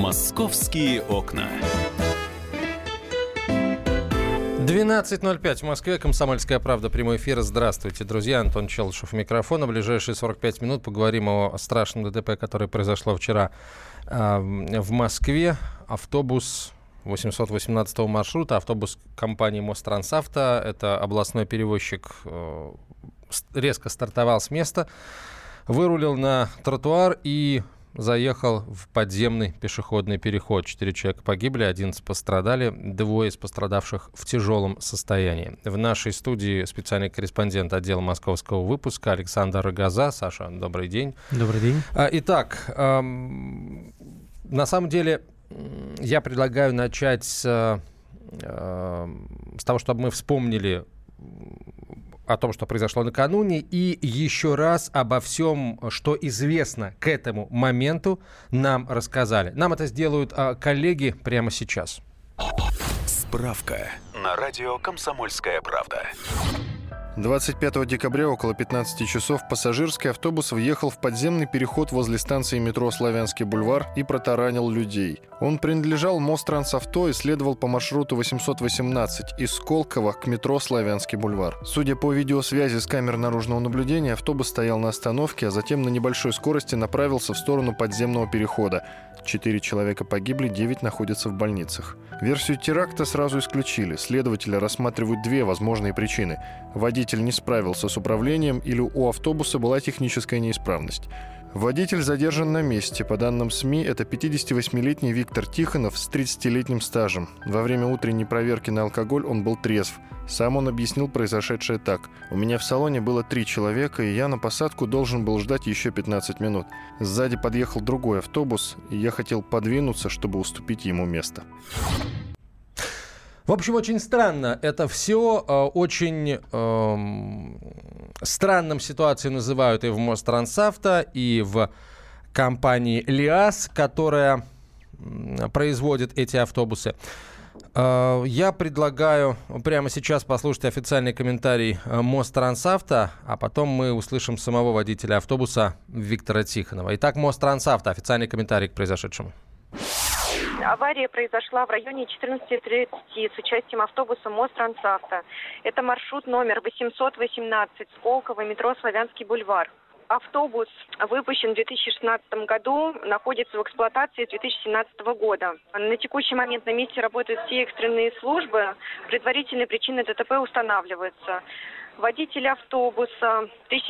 «Московские окна». 12:05 в Москве. «Комсомольская правда». Прямой эфир. Здравствуйте, друзья. Антон Челышев у микрофона. В ближайшие 45 минут поговорим о страшном ДТП, которое произошло вчера в Москве. Автобус 818 маршрута, автобус компании «Мострансавто». Это областной перевозчик, резко стартовал с места, вырулил на тротуар и заехал в подземный пешеходный переход. 4 человека погибли, 11 пострадали, 2 из пострадавших в тяжелом состоянии. В нашей студии специальный корреспондент отдела московского выпуска Александр Рогоза. Саша, добрый день. Добрый день. Итак, на самом деле я предлагаю начать с того, чтобы мы вспомнили о том, что произошло накануне, и еще раз обо всем, что известно к этому моменту, нам рассказали. Нам это сделают коллеги прямо сейчас. Справка на радио «Комсомольская правда». 25 декабря около 15 часов пассажирский автобус въехал в подземный переход возле станции метро «Славянский бульвар» и протаранил людей. Он принадлежал Мострансавто и следовал по маршруту 818 из Сколково к метро «Славянский бульвар». Судя по видеосвязи с камер наружного наблюдения, автобус стоял на остановке, а затем на небольшой скорости направился в сторону подземного перехода. 4 человека погибли, 9 находятся в больницах. Версию теракта сразу исключили. Следователи рассматривают 2 возможные причины. Водитель не справился с управлением или у автобуса была техническая неисправность. Водитель задержан на месте. По данным СМИ, это 58-летний Виктор Тихонов с 30-летним стажем. Во время утренней проверки на алкоголь он был трезв. Сам он объяснил произошедшее так. «У меня в салоне было 3 человека, и я на посадку должен был ждать еще 15 минут. Сзади подъехал другой автобус, и я хотел подвинуться, чтобы уступить ему место». В общем, очень странно. Это все очень странным ситуацией называют и в Мострансавто, и в компании «ЛиАЗ», которая производит эти автобусы. Я предлагаю прямо сейчас послушать официальный комментарий Мострансавто, а потом мы услышим самого водителя автобуса Виктора Тихонова. Итак, Мострансавто, официальный комментарий к произошедшему. Авария произошла в районе 14:30 с участием автобуса Мострансавто. Это маршрут номер 818 Сколково, метро «Славянский бульвар». Автобус выпущен в 2016 году, находится в эксплуатации с 2017 года. На текущий момент на месте работают все экстренные службы. Предварительные причины ДТП устанавливаются. Водитель автобуса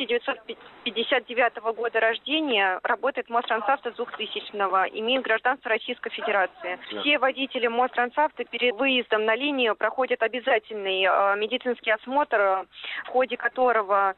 1959 года рождения, работает в Мострансавто с 2000-го, имеет гражданство Российской Федерации. Все водители Мострансавто перед выездом на линию проходят обязательный медицинский осмотр, в ходе которого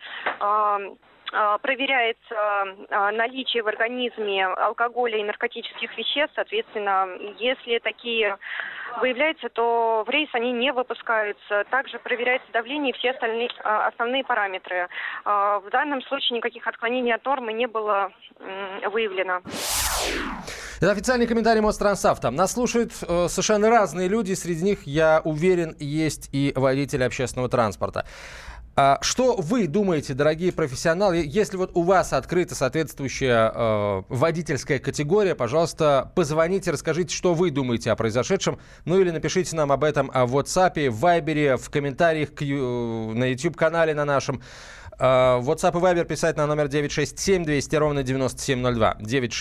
проверяется наличие в организме алкоголя и наркотических веществ. Соответственно, если такие выявляются, то в рейс они не выпускаются. Также проверяется давление и все остальные основные параметры. В данном случае никаких отклонений от нормы не было выявлено. Это официальный комментарий Мострансавто. Нас слушают совершенно разные люди. Среди них, я уверен, есть и водители общественного транспорта. Что вы думаете, дорогие профессионалы? Если вот у вас открыта соответствующая водительская категория, пожалуйста, позвоните, расскажите, что вы думаете о произошедшем. Ну или напишите нам об этом в WhatsApp, в Viber, в комментариях на YouTube-канале на нашем. WhatsApp и Viber писать на номер 967-200-97-02.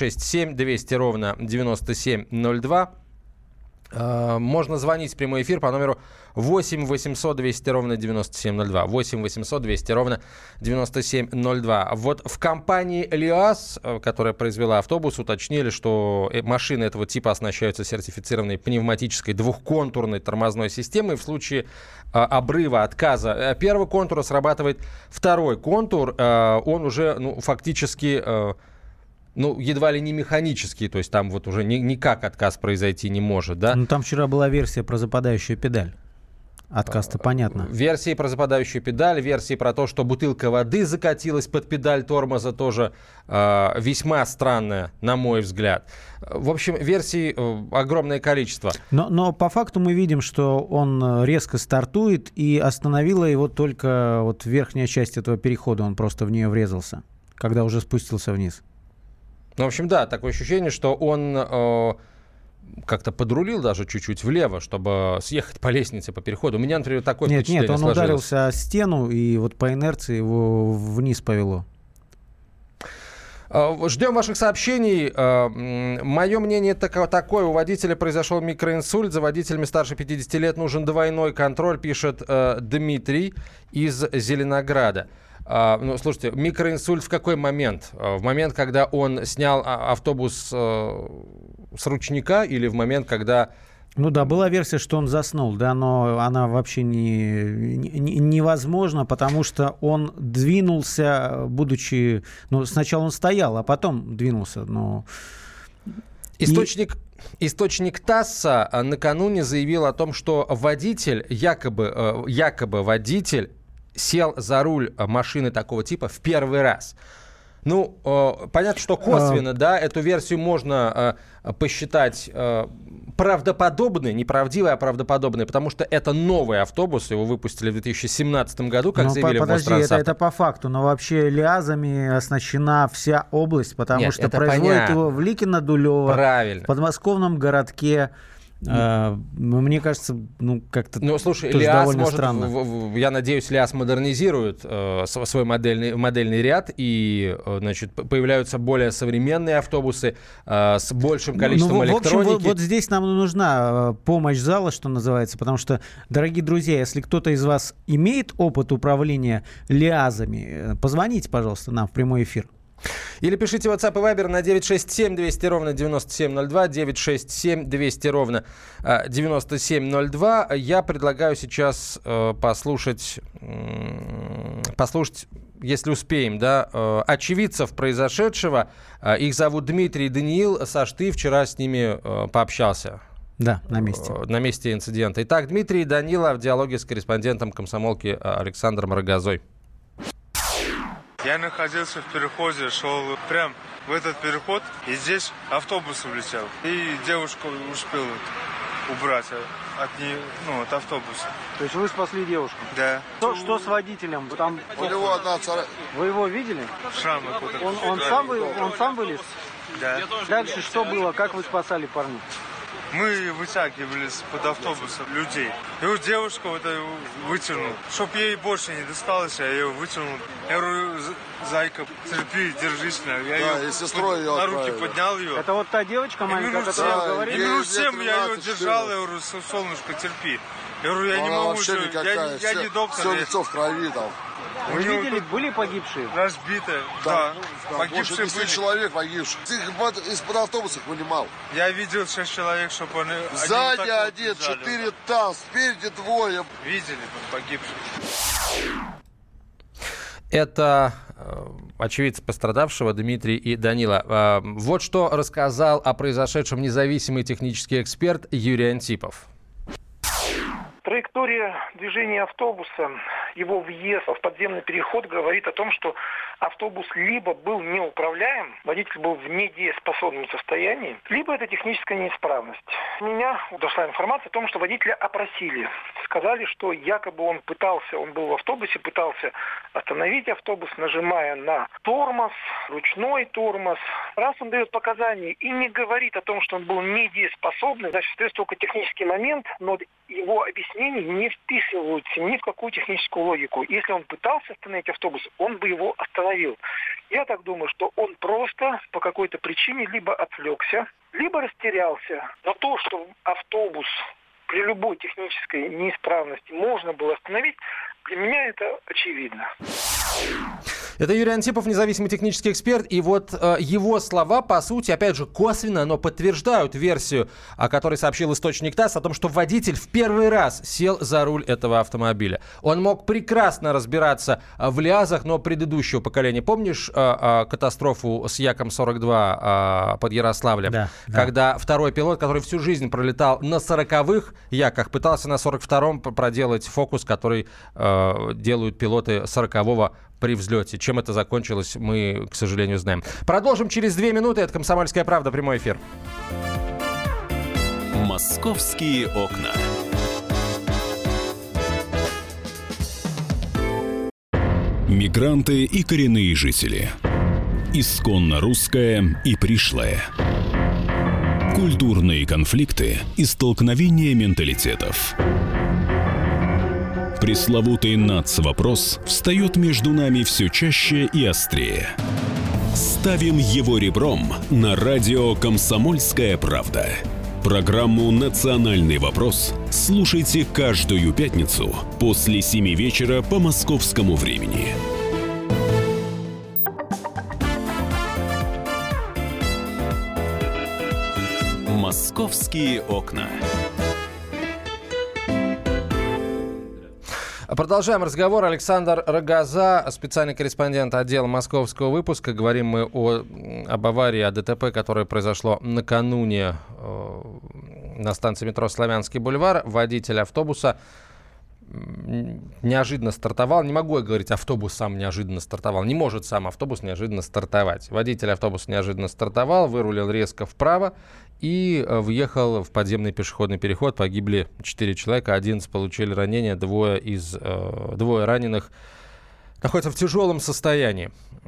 967-200-97-02. Можно звонить в прямой эфир по номеру 8 800 200 ровно 9702. 8 800 200 ровно 9702. Вот в компании «ЛиАЗ», которая произвела автобус, уточнили, что машины этого типа оснащаются сертифицированной пневматической двухконтурной тормозной системой. В случае обрыва, отказа первого контура срабатывает второй контур. Он уже фактически... едва ли не механический, то есть там вот уже никак отказ произойти не может, да? Там вчера была версия про западающую педаль. Отказ-то понятно. Версии про западающую педаль, версии про то, что бутылка воды закатилась под педаль тормоза, тоже весьма странная, на мой взгляд. В общем, версий огромное количество. Но по факту мы видим, что он резко стартует, и остановила его только вот верхняя часть этого перехода, он просто в нее врезался, когда уже спустился вниз. Ну, в общем, да, такое ощущение, что он как-то подрулил даже чуть-чуть влево, чтобы съехать по лестнице, по переходу. У меня, например, такое впечатление он сложилось. ударился о стену, и вот по инерции его вниз повело. Ждем ваших сообщений. Мое мнение такое. У водителя произошел микроинсульт. За водителями старше 50 лет нужен двойной контроль, пишет Дмитрий из Зеленограда. Слушайте, микроинсульт в какой момент? В момент, когда он снял автобус с ручника, или в момент, когда... Была версия, что он заснул, да, но она вообще невозможна, потому что он двинулся, будучи... сначала он стоял, а потом двинулся, но... Источник ТАССа накануне заявил о том, что водитель, якобы водитель, сел за руль машины такого типа в первый раз. Понятно, что косвенно, да, эту версию можно посчитать правдоподобной, не правдивой, а правдоподобной, потому что это новый автобус, его выпустили в 2017 году, как заявили в Мострансавто. Подожди, это по факту, но вообще ЛиАЗами оснащена вся область, потому что производят его в Ликино-Дулево, правильно, в подмосковном городке. Мне кажется, как-то слушай, тоже ЛиАЗ довольно может, странно. Я надеюсь, ЛиАЗ модернизирует свой модельный ряд, и, появляются более современные автобусы с большим количеством электроники. В общем, вот здесь нам нужна помощь зала, что называется, потому что, дорогие друзья, если кто-то из вас имеет опыт управления ЛиАЗами, позвоните, пожалуйста, нам в прямой эфир. Или пишите WhatsApp и Viber на 967-200-97-02, 967-200-97-02. Я предлагаю сейчас послушать, если успеем, да, очевидцев произошедшего. Их зовут Дмитрий и Даниил. Саш, ты вчера с ними пообщался. Да, на месте. На месте инцидента. Итак, Дмитрий и Данила в диалоге с корреспондентом «Комсомолки» Александром Рогозой. Я находился в переходе, шел прям в этот переход, и здесь автобус улетел. И девушку успел убрать от автобуса. То есть вы спасли девушку? Да. Что с водителем? Там... У него одна Вы его видели? шрам. Он сам вылез? Да. Дальше что было? Как вы спасали парня? Мы вытягивали под автобусом людей. И вот девушку вытянул. Чтоб ей больше не досталось, я ее вытянул. Я говорю, зайка, терпи, держись. Я ее на руки поднял ее. Это вот та девочка маленькая, о которой я говорил? И минут 7 я ее держал, я говорю, солнышко, терпи. Я говорю, я не могу, я не доктор. Все лицо в крови там. Вы видели, были погибшие? Разбитые, да. Погибшие были. 10 человек погибших. Ты их из-под автобуса вынимал. Я видел 6 человек, чтобы они... Сзади один, 4 там, спереди 2. Видели погибших. Это очевидцы пострадавшего Дмитрий и Данила. Вот что рассказал о произошедшем независимый технический эксперт Юрий Антипов. Траектория движения автобуса, его въезд в подземный переход говорит о том, что автобус либо был неуправляем, водитель был в недееспособном состоянии, либо это техническая неисправность. У меня дошла информация о том, что водителя опросили. Сказали, что якобы он был в автобусе, пытался остановить автобус, нажимая на тормоз, ручной тормоз. Раз он дает показания и не говорит о том, что он был недееспособный, значит, это только технический момент, но его объяснения не вписываются ни в какую техническую логику. Если он пытался остановить автобус, он бы его остановил. Я так думаю, что он просто по какой-то причине либо отвлекся, либо растерялся. Но то, что автобус при любой технической неисправности можно было остановить, для меня это очевидно. Это Юрий Антипов, независимый технический эксперт. И вот его слова, по сути, опять же, косвенно, но подтверждают версию, о которой сообщил источник ТАСС, о том, что водитель в первый раз сел за руль этого автомобиля. Он мог прекрасно разбираться в ЛиАЗах, но предыдущего поколения. Помнишь катастрофу с Яком-42 под Ярославлем? Да, когда второй пилот, который всю жизнь пролетал на 40-х Яках, пытался на 42-м проделать фокус, который делают пилоты 40-го при взлете. Чем это закончилось, мы, к сожалению, знаем. Продолжим через 2 минуты. Это «Комсомольская правда», прямой эфир. «Московские окна». Мигранты и коренные жители. Исконно русское и пришлое. Культурные конфликты и столкновения менталитетов. Пресловутый НАЦ-вопрос встает между нами все чаще и острее. Ставим его ребром на радио «Комсомольская правда». Программу «Национальный вопрос» слушайте каждую пятницу после 7 вечера по московскому времени. «Московские окна». Продолжаем разговор. Александр Рогоза, специальный корреспондент отдела московского выпуска. Говорим мы об аварии, о ДТП, которое произошло накануне на станции метро Славянский бульвар. Водитель автобуса неожиданно стартовал. Не могу я говорить, автобус сам неожиданно стартовал. Не может сам автобус неожиданно стартовать. Водитель автобуса неожиданно стартовал, вырулил резко вправо и въехал в подземный пешеходный переход. Погибли 4 человека, 11 получили ранения, двое раненых находятся в тяжелом состоянии.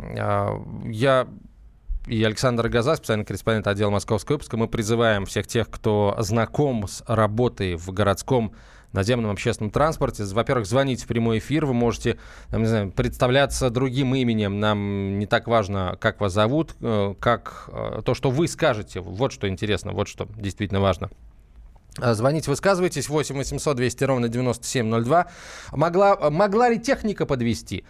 Я и Александр Рогоза, специальный корреспондент отдела московского выпуска, мы призываем всех тех, кто знаком с работой в городском наземном общественном транспорте. Во-первых, звоните в прямой эфир, вы можете, не знаю, представляться другим именем. Нам не так важно, как вас зовут, как то, что вы скажете. Вот что интересно, вот что действительно важно. Звоните, высказывайтесь, 8 800 200 ровно 9702. Могла ли техника подвести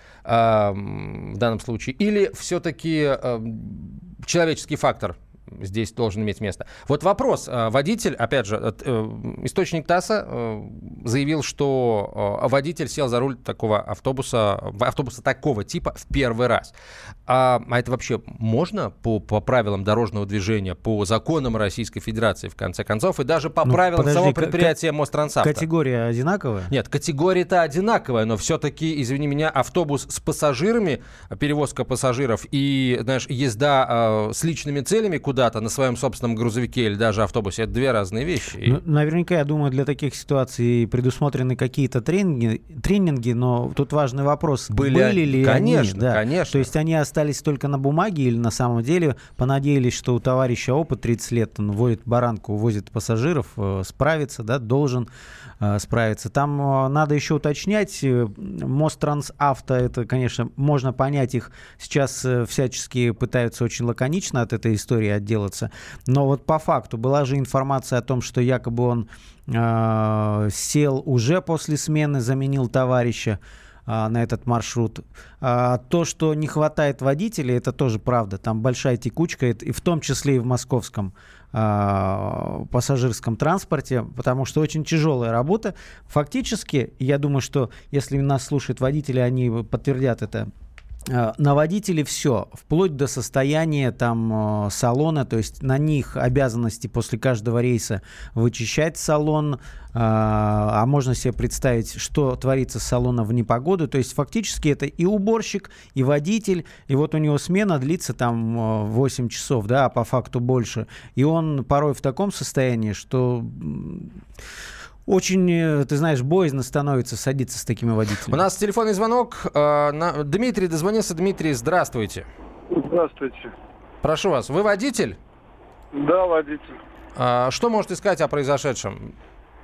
в данном случае? Или все-таки человеческий фактор здесь должен иметь место? Вот вопрос. Водитель, опять же, источник ТАССа заявил, что водитель сел за руль такого автобуса такого типа в первый раз. А это вообще можно по правилам дорожного движения, по законам Российской Федерации, в конце концов, и даже по правилам самого предприятия Мострансавто? Категория одинаковая? Нет, категория-то одинаковая, но все-таки, извини меня, автобус с пассажирами, перевозка пассажиров и, знаешь, езда с личными целями куда-то на своем собственном грузовике или даже автобусе — это две разные вещи. Наверняка, я думаю, для таких ситуаций предусмотрены какие-то тренинги, но тут важный вопрос, были ли они? Да. Конечно. То есть они остались только на бумаге или на самом деле понадеялись, что у товарища опыт 30 лет, он водит баранку, возит пассажиров, справится, да, должен справиться. Там надо еще уточнять, Мострансавто, это, конечно, можно понять, их сейчас всячески пытаются очень лаконично от этой истории отделаться, но вот по факту была же информация о том, что якобы он сел уже после смены, заменил товарища на этот маршрут. То, что не хватает водителей, это тоже правда. Там большая текучка, и в том числе и в московском пассажирском транспорте, потому что очень тяжелая работа. Фактически, я думаю, что если нас слушают водители, они подтвердят это. На водителе все, вплоть до состояния там салона, то есть на них обязанности после каждого рейса вычищать салон, а можно себе представить, что творится с салоном в непогоду, то есть фактически это и уборщик, и водитель, и вот у него смена длится там 8 часов, да, а по факту больше, и он порой в таком состоянии, что... Очень, ты знаешь, боязно становится садиться с такими водителями. У нас телефонный звонок. Дмитрий дозвонился. Дмитрий, здравствуйте. Здравствуйте. Прошу вас. Вы водитель? Да, водитель. Что можете сказать о произошедшем?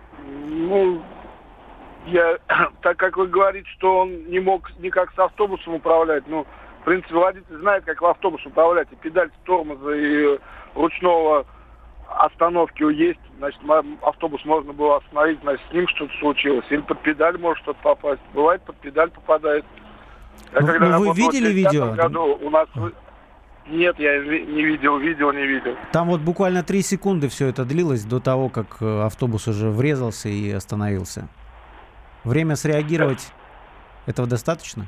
Так как вы говорите, что он не мог никак с автобусом управлять, в принципе, водитель знает, как в автобус управлять. И педаль тормоза, и ручного остановки есть, значит, автобус можно было остановить, значит, с ним что-то случилось. Или под педаль может что-то попасть. Бывает, под педаль попадает. Вы видели видео? У нас... Нет, я не видел, не видел. Там вот буквально 3 секунды все это длилось до того, как автобус уже врезался и остановился. Время среагировать, этого достаточно?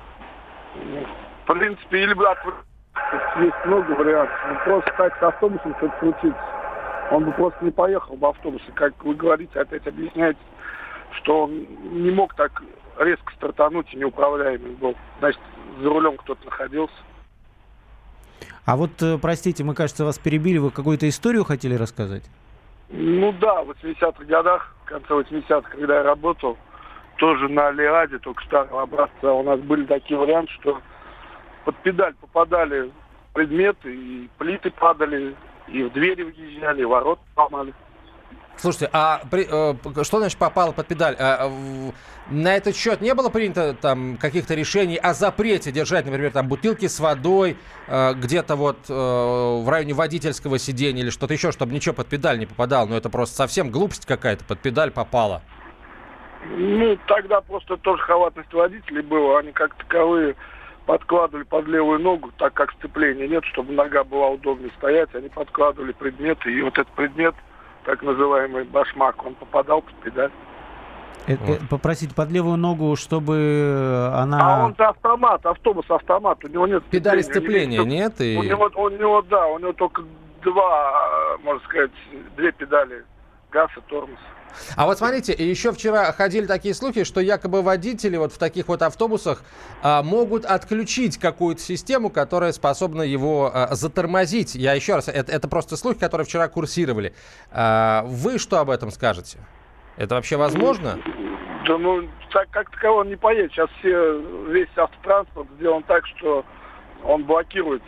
В принципе, или есть много вариантов. Просто так с автобусом что-то случится. Он бы просто не поехал в автобусе. Как вы говорите, опять объясняете, что он не мог так резко стартануть и неуправляемый был. Значит, за рулем кто-то находился. А вот, простите, мы, кажется, вас перебили. Вы какую-то историю хотели рассказать? Да, в 80-х годах, в конце 80-х, когда я работал, тоже на Лиаде, только старого образца, у нас были такие варианты, что под педаль попадали предметы, и плиты падали, И в двери въезжали, и ворот поломали. Слушайте, что значит попало под педаль? На этот счет не было принято там каких-то решений о запрете держать, например, там бутылки с водой где-то вот в районе водительского сидения или что-то еще, чтобы ничего под педаль не попадало? Ну, это просто совсем глупость какая-то, под педаль попала. Ну, тогда просто тоже халатность водителей была. Они как таковые подкладывали под левую ногу, так как сцепления нет, чтобы нога была удобнее стоять. Они подкладывали предметы, и вот этот предмет, так называемый башмак, он попадал под педаль. Попросить под левую ногу, чтобы она... А он-то автобус-автомат, у него нет педали сцепления, нет? У него только две педали, газ и тормоз. А вот смотрите, еще вчера ходили такие слухи, что якобы водители вот в таких вот автобусах могут отключить какую-то систему, которая способна его затормозить. Я еще раз, это просто слухи, которые вчера курсировали. Вы что об этом скажете? Это вообще возможно? Да, так как таково он не поедет. Сейчас весь автотранспорт сделан так, что он блокируется.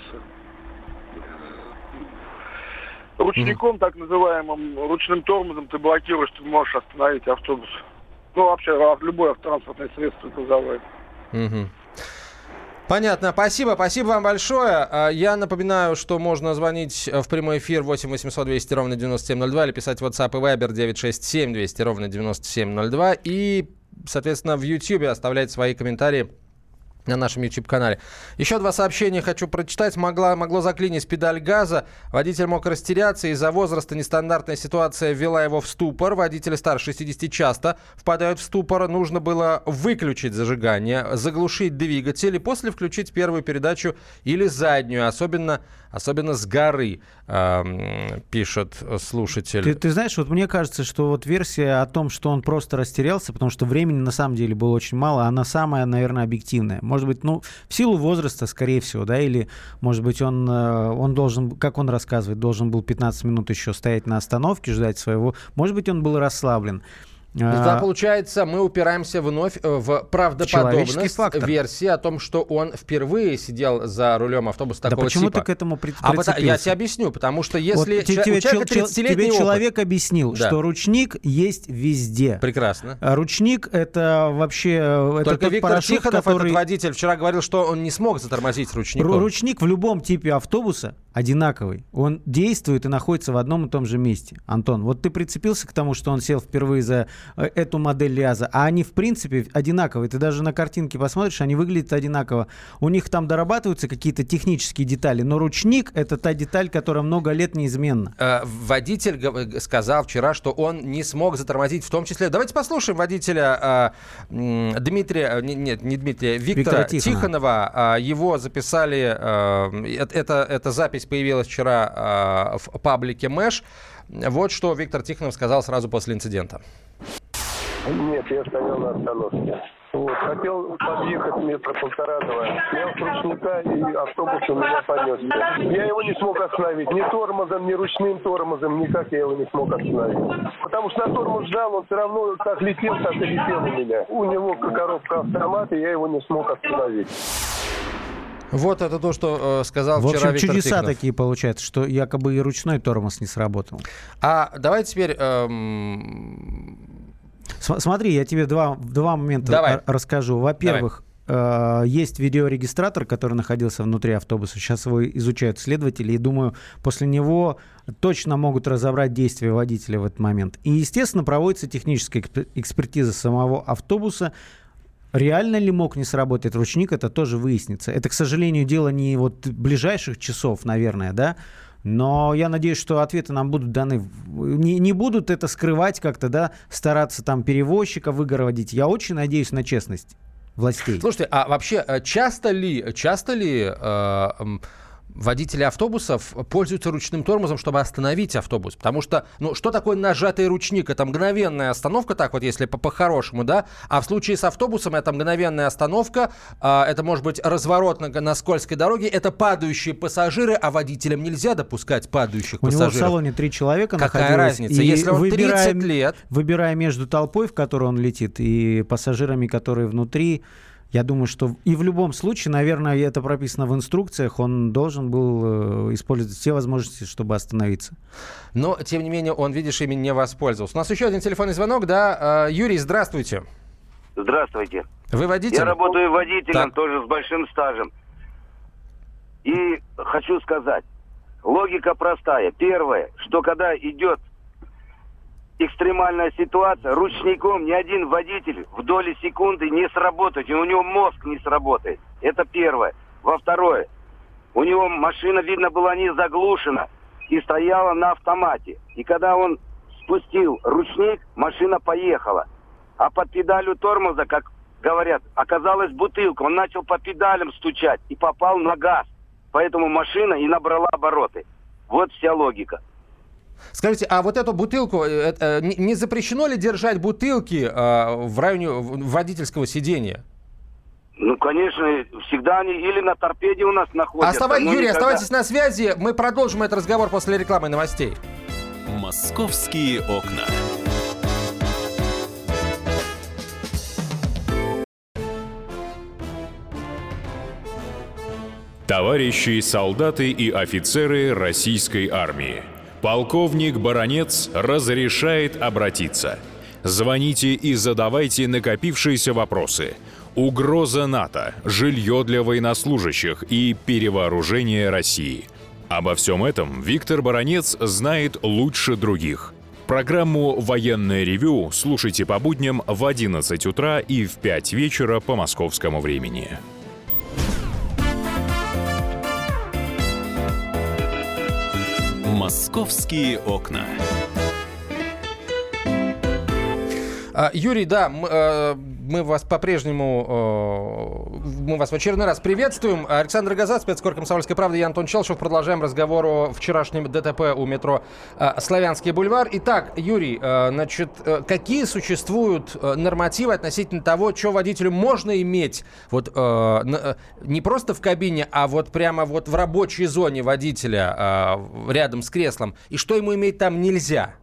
Ручником, так называемым, ручным тормозом ты блокируешь, ты можешь остановить автобус. Ну, вообще, любое автотранспортное средство грузовое. Понятно. Спасибо вам большое. Я напоминаю, что можно звонить в прямой эфир 8 800 200 ровно 9702 или писать в WhatsApp и Viber 967 200 ровно 9702. И, соответственно, в YouTube оставлять свои комментарии на нашем YouTube-канале. Еще два сообщения хочу прочитать. Могло заклинить педаль газа. Водитель мог растеряться. Из-за возраста нестандартная ситуация ввела его в ступор. Водители старше 60 часто впадают в ступор. Нужно было выключить зажигание, заглушить двигатель и после включить первую передачу или заднюю, особенно с горы, пишет слушатель. Ты знаешь, вот мне кажется, что вот версия о том, что он просто растерялся, потому что времени на самом деле было очень мало, она самая, наверное, объективная. Может быть, в силу возраста, скорее всего, да, или, может быть, он должен, как он рассказывает, должен был 15 минут еще стоять на остановке, ждать своего. Может быть, он был расслаблен. Да, получается, мы упираемся вновь в правдоподобность версии о том, что он впервые сидел за рулем автобуса такого типа. Да почему ты к этому прицепился? Я тебе объясню, потому что если вот тебе человек объяснил, да, что ручник есть везде. Прекрасно. Ручник это вообще... Только это Виктор Тихонов, этот водитель, вчера говорил, что он не смог затормозить ручником. Ручник в любом типе автобуса одинаковый. Он действует и находится в одном и том же месте. Антон, вот ты прицепился к тому, что он сел впервые за эту модель Лиаза, а они в принципе одинаковые. Ты даже на картинке посмотришь, они выглядят одинаково. У них там дорабатываются какие-то технические детали, но ручник — это та деталь, которая много лет неизменна. Водитель сказал вчера, что он не смог затормозить, в том числе... Давайте послушаем водителя Виктора Тихонова. Его записали... Эта запись появилась вчера в паблике Мэш. Вот что Виктор Тихонов сказал сразу после инцидента. Нет, я стоял на остановке. Хотел подъехать метра полтора-два. Снял с ручника, и автобус у меня понесся. Я его не смог остановить. Ни тормозом, ни ручным тормозом. Никак я его не смог остановить. Потому что на тормоз жал, он все равно как летел, так и летел у меня. У него коробка автомата, и я его не смог остановить. Вот это то, что сказал вчера Виктор Тихонов. В общем, чудеса Тихонов. Такие получаются, что якобы и ручной тормоз не сработал. А давайте теперь... Смотри, я тебе два момента расскажу. Во-первых, есть видеорегистратор, который находился внутри автобуса. Сейчас его изучают следователи, и, думаю, после него точно могут разобрать действия водителя в этот момент. И, естественно, проводится техническая экспертиза самого автобуса. Реально ли мог не сработать ручник, это тоже выяснится. Это, к сожалению, дело не вот ближайших часов, наверное, да. Но я надеюсь, что ответы нам будут даны. Не будут это скрывать как-то, да, стараться там перевозчика выгородить. Я очень надеюсь на честность властей. Слушайте, а вообще часто ли водители автобусов пользуются ручным тормозом, чтобы остановить автобус? Потому что, что такое нажатый ручник? Это мгновенная остановка, так вот, если по-хорошему, да? А в случае с автобусом это мгновенная остановка, это может быть разворот на скользкой дороге, это падающие пассажиры, а водителям нельзя допускать падающих пассажиров. У него в салоне 3 человека находилось. Какая разница? Если он 30 лет... Выбирая между толпой, в которой он летит, и пассажирами, которые внутри, Я думаю, что и в любом случае, наверное, это прописано в инструкциях, он должен был использовать все возможности, чтобы остановиться. Но, тем не менее, он, видишь, ими не воспользовался. У нас еще один телефонный звонок, да. Юрий, здравствуйте. Здравствуйте. Вы водитель? Я работаю водителем, тоже с большим стажем. И хочу сказать, логика простая. Первое, что когда идет экстремальная ситуация, ручником ни один водитель в доли секунды не сработает, и у него мозг не сработает. Это первое. Во-второе, у него машина, видно, была не заглушена и стояла на автомате. И когда он спустил ручник, машина поехала. А под педалью тормоза, как говорят, оказалась бутылка. Он начал по педалям стучать и попал на газ. Поэтому машина и набрала обороты. Вот вся логика. Скажите, а вот эту бутылку, не запрещено ли держать бутылки в районе водительского сидения? Ну, конечно, всегда они или на торпеде у нас находятся. Юрий, оставайтесь на связи. Мы продолжим этот разговор после рекламы и новостей. «Московские окна». Товарищи солдаты и офицеры российской армии, полковник Баранец разрешает обратиться. Звоните и задавайте накопившиеся вопросы. Угроза НАТО, жилье для военнослужащих и перевооружение России. Обо всем этом Виктор Баранец знает лучше других. Программу «Военное ревю» слушайте по будням в 11 утра и в 5 вечера по московскому времени. «Московские окна». Юрий, да, мы вас по-прежнему, мы вас в очередной раз приветствуем. Александр Газат, спецкор «Комсомольской правды», я Антон Челшев. Продолжаем разговор о вчерашнем ДТП у метро Славянский бульвар. Итак, Юрий, значит, какие существуют нормативы относительно того, что водителю можно иметь вот не просто в кабине, а вот прямо вот в рабочей зоне водителя рядом с креслом, и что ему иметь там нельзя?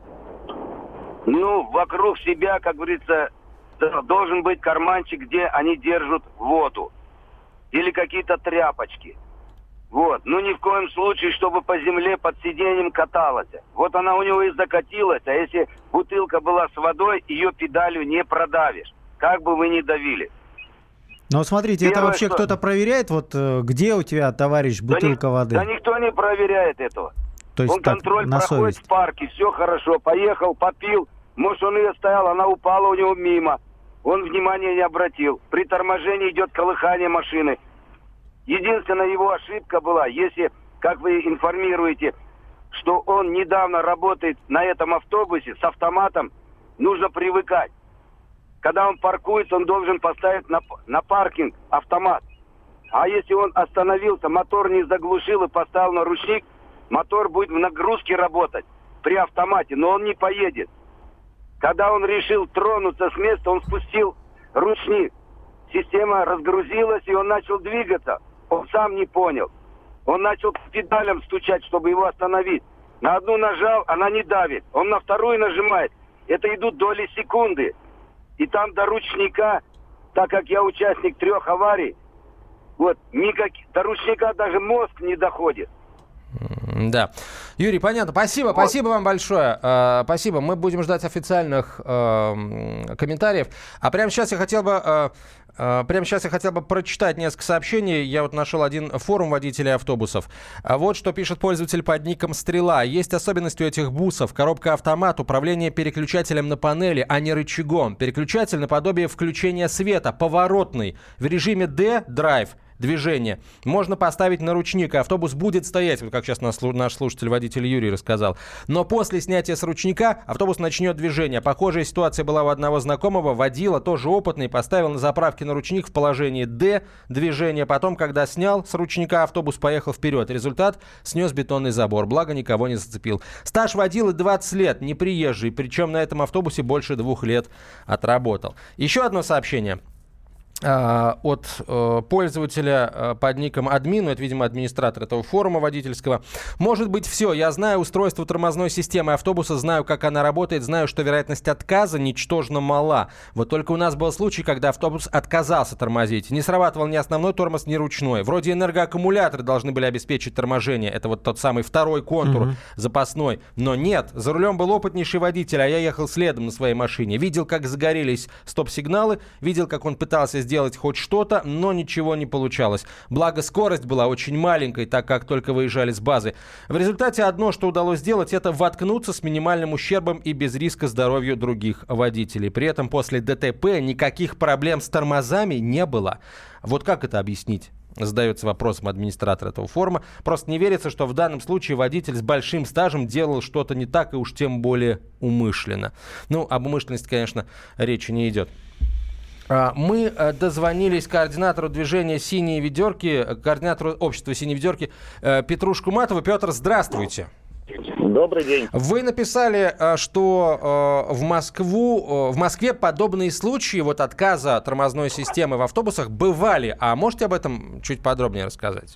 Ну, вокруг себя, как говорится, должен быть карманчик, где они держат воду. Или какие-то тряпочки. Вот. Ну, ни в коем случае, чтобы по земле под сиденьем каталась. Вот она у него и закатилась, а если бутылка была с водой, ее педалью не продавишь. Как бы вы ни давили. Но смотрите, это вообще кто-то проверяет, вот где у тебя, товарищ, бутылка воды? Да никто не проверяет этого. То есть он контроль проходит в парке, все хорошо, поехал, попил, может он ее стоял, она упала у него мимо, он внимания не обратил. При торможении идет колыхание машины. Единственная его ошибка была, если, как вы информируете, что он недавно работает на этом автобусе с автоматом, нужно привыкать. Когда он паркуется, он должен поставить на паркинг автомат. А если он остановился, мотор не заглушил и поставил на ручник, мотор будет в нагрузке работать при автомате, но он не поедет. Когда он решил тронуться с места, он спустил ручник. Система разгрузилась, и он начал двигаться. Он сам не понял. Он начал по педалям стучать, чтобы его остановить. На одну нажал, она не давит. Он на вторую нажимает. Это идут доли секунды. И там до ручника, так как я участник 3 аварий, вот, до ручника даже мозг не доходит. Да. Юрий, понятно. Спасибо. Спасибо вам большое. Спасибо. Мы будем ждать официальных комментариев. А прямо сейчас я хотел бы прочитать несколько сообщений. Я вот нашел один форум водителей автобусов. Вот что пишет пользователь под ником «Стрела». Есть особенность у этих бусов. Коробка-автомат, управление переключателем на панели, а не рычагом. Переключатель наподобие включения света, поворотный. В режиме D, драйв, движение, можно поставить на ручник, и автобус будет стоять, вот как сейчас наш слушатель-водитель Юрий рассказал. Но после снятия с ручника автобус начнет движение. Похожая ситуация была у одного знакомого. Водила, тоже опытный, поставил на заправке на ручник в положении D движение. Потом, когда снял с ручника, автобус поехал вперед. Результат — снес бетонный забор. Благо, никого не зацепил. Стаж водилы 20 лет, неприезжий. Причем на этом автобусе больше 2 лет отработал. Еще одно сообщение. от пользователя под ником админ, это, видимо, администратор этого форума водительского. Может быть, все. Я знаю устройство тормозной системы автобуса, знаю, как она работает, знаю, что вероятность отказа ничтожно мала. Вот только у нас был случай, когда автобус отказался тормозить. Не срабатывал ни основной тормоз, ни ручной. Вроде энергоаккумуляторы должны были обеспечить торможение. Это вот тот самый второй контур запасной. Но нет. За рулем был опытнейший водитель, а я ехал следом на своей машине. Видел, как загорелись стоп-сигналы, видел, как он пытался сделать хоть что-то, но ничего не получалось. Благо, скорость была очень маленькой, так как только выезжали с базы. В результате одно, что удалось сделать, это воткнуться с минимальным ущербом и без риска здоровью других водителей. При этом после ДТП никаких проблем с тормозами не было. Вот как это объяснить? Задается вопросом администратор этого форума. Просто не верится, что в данном случае водитель с большим стажем делал что-то не так и уж тем более умышленно. Ну, об умышленности, конечно, речи не идет. Мы дозвонились координатору движения «Синие ведерки», координатору общества «Синие ведерки» Петру Шкуматову. Петр, здравствуйте. Добрый день. Вы написали, что в Москве подобные случаи отказа тормозной системы в автобусах бывали. А можете об этом чуть подробнее рассказать?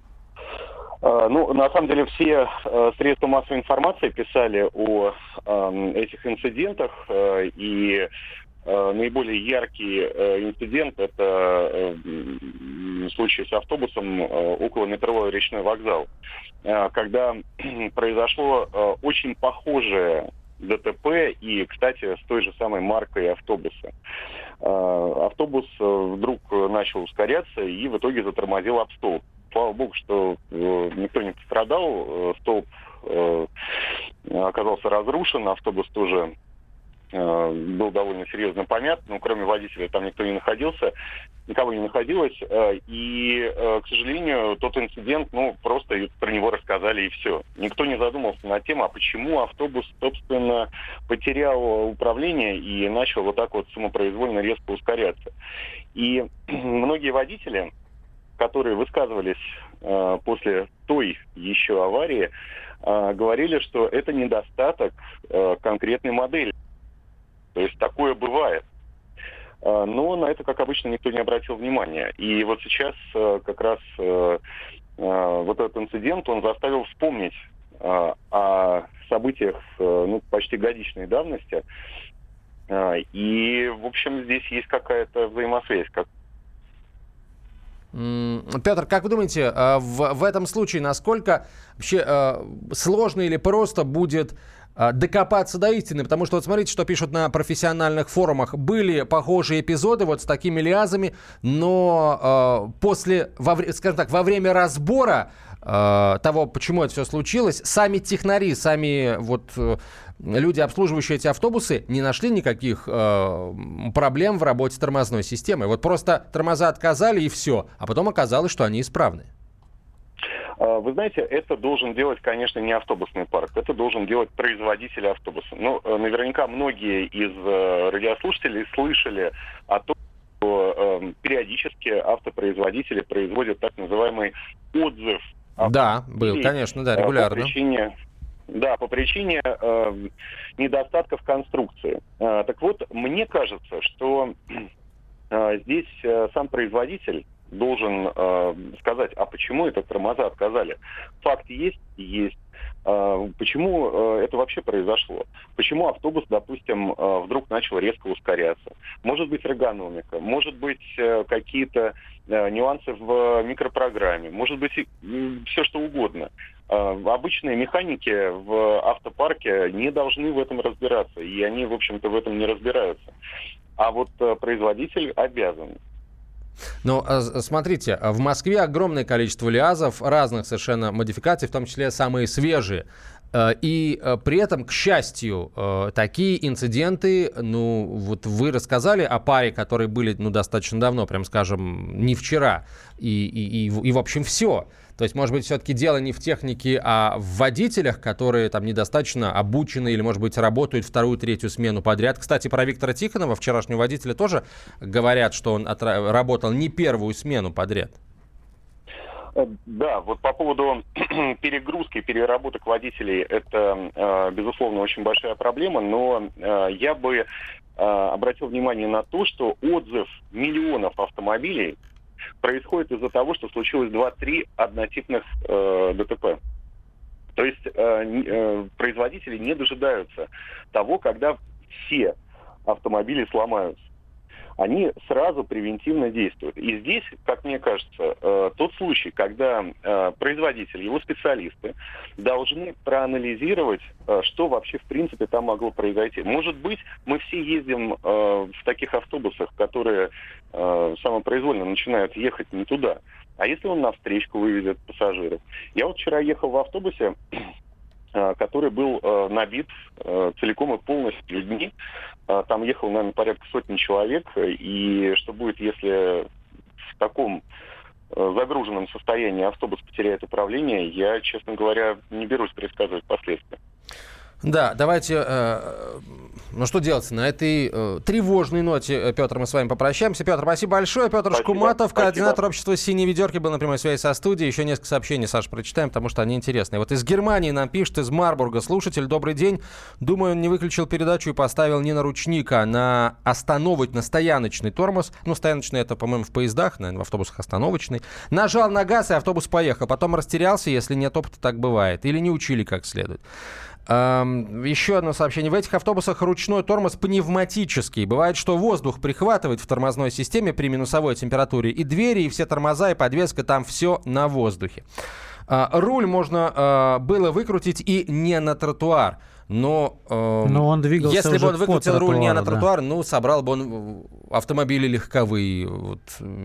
На самом деле все средства массовой информации писали о этих инцидентах, и наиболее яркий инцидент – это случай с автобусом около метро «Речной вокзал», когда произошло очень похожее ДТП и, кстати, с той же самой маркой автобуса. Автобус вдруг начал ускоряться и в итоге затормозил об столб. Слава богу, что никто не пострадал, столб оказался разрушен, автобус тоже был довольно серьезно помят, но кроме водителя там никого не находилось, и, к сожалению, тот инцидент, просто про него рассказали и все. Никто не задумался над тем, а почему автобус, собственно, потерял управление и начал вот так вот самопроизвольно резко ускоряться. И многие водители, которые высказывались после той еще аварии, говорили, что это недостаток конкретной модели. То есть такое бывает. Но на это, как обычно, никто не обратил внимания. И вот сейчас как раз вот этот инцидент, он заставил вспомнить о событиях почти годичной давности. И, в общем, здесь есть какая-то взаимосвязь. Петр, как вы думаете, в этом случае насколько вообще сложно или просто будет докопаться до истины? Потому что смотрите, что пишут на профессиональных форумах. Были похожие эпизоды с такими лязами, но во время разбора того, почему это все случилось, сами технари, люди, обслуживающие эти автобусы, не нашли никаких проблем в работе тормозной системы. Просто тормоза отказали и все, а потом оказалось, что они исправны. Вы знаете, это должен делать, конечно, не автобусный парк, это должен делать производитель автобуса. Наверняка многие из радиослушателей слышали о том, что периодически автопроизводители производят так называемый отзыв. Да, был, конечно, да, регулярно. По причине недостатков конструкции. Так вот, мне кажется, что здесь сам производитель должен сказать, а почему это тормоза отказали. Факт есть. Почему это вообще произошло? Почему автобус, допустим, вдруг начал резко ускоряться? Может быть, эргономика, может быть, какие-то нюансы в микропрограмме, может быть, все что угодно. Обычные механики в автопарке не должны в этом разбираться, и они, в общем-то, в этом не разбираются. А вот производитель обязан. Но смотрите, в Москве огромное количество ЛиАЗов, разных совершенно модификаций, в том числе самые свежие. И при этом, к счастью, такие инциденты, вы рассказали о паре, которые были, достаточно давно, прям скажем, не вчера, и в общем, все. То есть, может быть, все-таки дело не в технике, а в водителях, которые там недостаточно обучены или, может быть, работают вторую, третью смену подряд. Кстати, про Виктора Тихонова, вчерашнего водителя, тоже говорят, что он работал не первую смену подряд. Да, по поводу перегрузки, переработок водителей, это, безусловно, очень большая проблема, но я бы обратил внимание на то, что отзыв миллионов автомобилей происходит из-за того, что случилось 2-3 однотипных ДТП. То есть производители не дожидаются того, когда все автомобили сломаются. Они сразу превентивно действуют. И здесь, как мне кажется, тот случай, когда производитель, его специалисты должны проанализировать, что вообще в принципе там могло произойти. Может быть, мы все ездим в таких автобусах, которые самопроизвольно начинают ехать не туда. А если он на встречку вывезет пассажиров? Я вот вчера ехал в автобусе, который был набит целиком и полностью людьми. Там ехало, наверное, порядка сотни человек. И что будет, если в таком загруженном состоянии автобус потеряет управление, я, честно говоря, не берусь предсказывать последствия. Да, давайте, ну что делать, на этой тревожной ноте, Петр, мы с вами попрощаемся. Петр, спасибо большое. Петр Шкуматов, координатор общества «Синие ведерки», был на прямой связи со студией. Еще несколько сообщений, Саша, прочитаем, потому что они интересные. Вот из Германии нам пишет, из Марбурга, слушатель: добрый день. Думаю, он не выключил передачу и поставил не на ручник, а на стояночный тормоз. Ну, стояночный — это, по-моему, в поездах, наверное, в автобусах остановочный. Нажал на газ, и автобус поехал. Потом растерялся, если нет опыта, так бывает. Или не учили как следует. Еще одно сообщение. В этих автобусах ручной тормоз пневматический. Бывает, что воздух прихватывает в тормозной системе при минусовой температуре. И двери, и все тормоза, и подвеска, там все на воздухе. Руль можно было выкрутить и не на тротуар. Но он двигался, если бы он выкрутил руль не на тротуар, ну, собрал бы он автомобили легковые. Вот,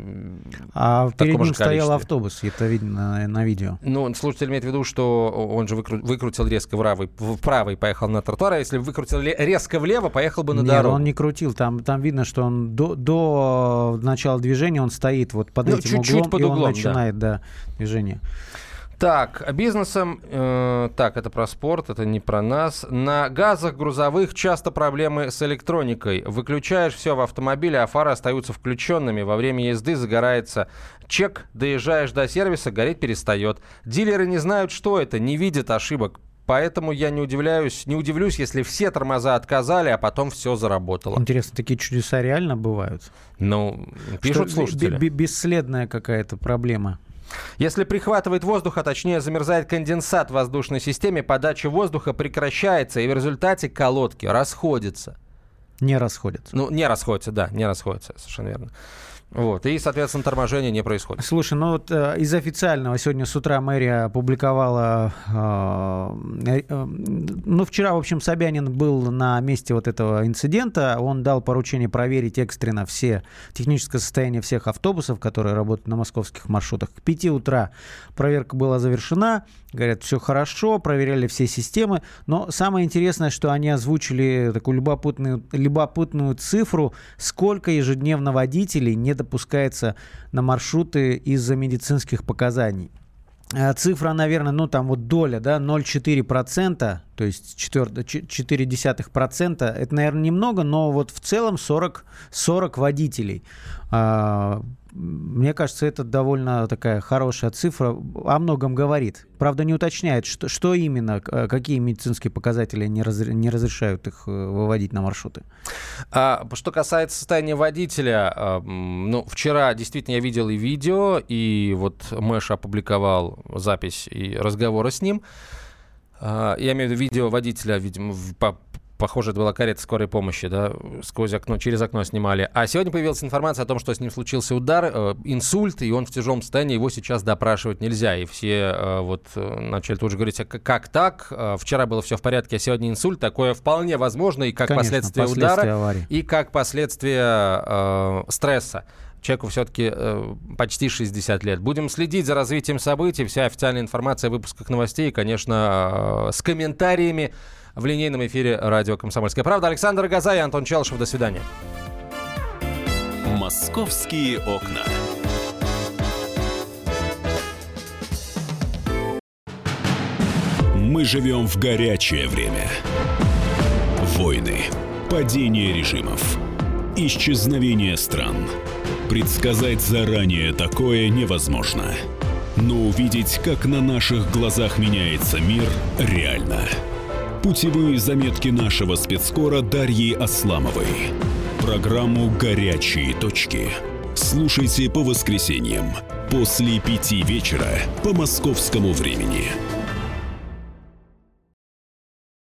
а перед ним стоял автобус, это видно на видео. Ну, слушатель имеет в виду, что он же выкрутил резко в правый, поехал на тротуар, а если бы выкрутил резко влево, поехал бы на дорогу. Нет, он не крутил, там видно, что он до начала движения он стоит вот под этим углом, под углом, и он начинает движение. Так, бизнесом, это про спорт, это не про нас. На газах грузовых часто проблемы с электроникой. Выключаешь все в автомобиле, а фары остаются включенными. Во время езды загорается чек, доезжаешь до сервиса, гореть перестает. Дилеры не знают, что это, не видят ошибок. Поэтому я не удивлюсь, если все тормоза отказали, а потом все заработало. Интересно, такие чудеса реально бывают? Ну, пишут слушатели. Бесследная какая-то проблема. Если прихватывает воздух, а точнее замерзает конденсат в воздушной системе, подача воздуха прекращается, и в результате колодки расходятся. Не расходятся. Ну, не расходятся, совершенно верно. Вот, и, соответственно, торможение не происходит. Слушай, ну вот из официального сегодня с утра мэрия опубликовала... вчера, в общем, Собянин был на месте вот этого инцидента. Он дал поручение проверить экстренно техническое состояние всех автобусов, которые работают на московских маршрутах. К 5 утра проверка была завершена. Говорят, все хорошо, проверяли все системы. Но самое интересное, что они озвучили такую любопытную цифру, сколько ежедневно водителей не допускается на маршруты из-за медицинских показаний. Цифра, наверное, доля, 0,4%, то есть 0,4%. Это, наверное, немного, но вот в целом 40 водителей. Мне кажется, это довольно такая хорошая цифра, о многом говорит. Правда, не уточняет, что именно, какие медицинские показатели не разрешают их выводить на маршруты. Что касается состояния водителя, вчера действительно я видел и видео, и вот Мэш опубликовал запись и разговоры с ним. Я имею в виду видео водителя, видимо, похоже, это была карета скорой помощи, через окно снимали. А сегодня появилась информация о том, что с ним случился удар, инсульт, и он в тяжелом состоянии, его сейчас допрашивать нельзя. И все начали тут же говорить, как так? Вчера было все в порядке, а сегодня инсульт. Такое вполне возможно, и как последствие удара, аварии, и как последствие стресса. Человеку все-таки почти 60 лет. Будем следить за развитием событий. Вся официальная информация в выпусках новостей, конечно, с комментариями в линейном эфире радио «Комсомольская правда». Александр Агаза и Антон Челышев. До свидания. «Московские окна». Мы живем в горячее время. Войны, падение режимов, исчезновение стран. Предсказать заранее такое невозможно. Но увидеть, как на наших глазах меняется мир, реально. Путевые заметки нашего спецкора Дарьи Асламовой. Программу «Горячие точки» слушайте по воскресеньям после 5 вечера по московскому времени.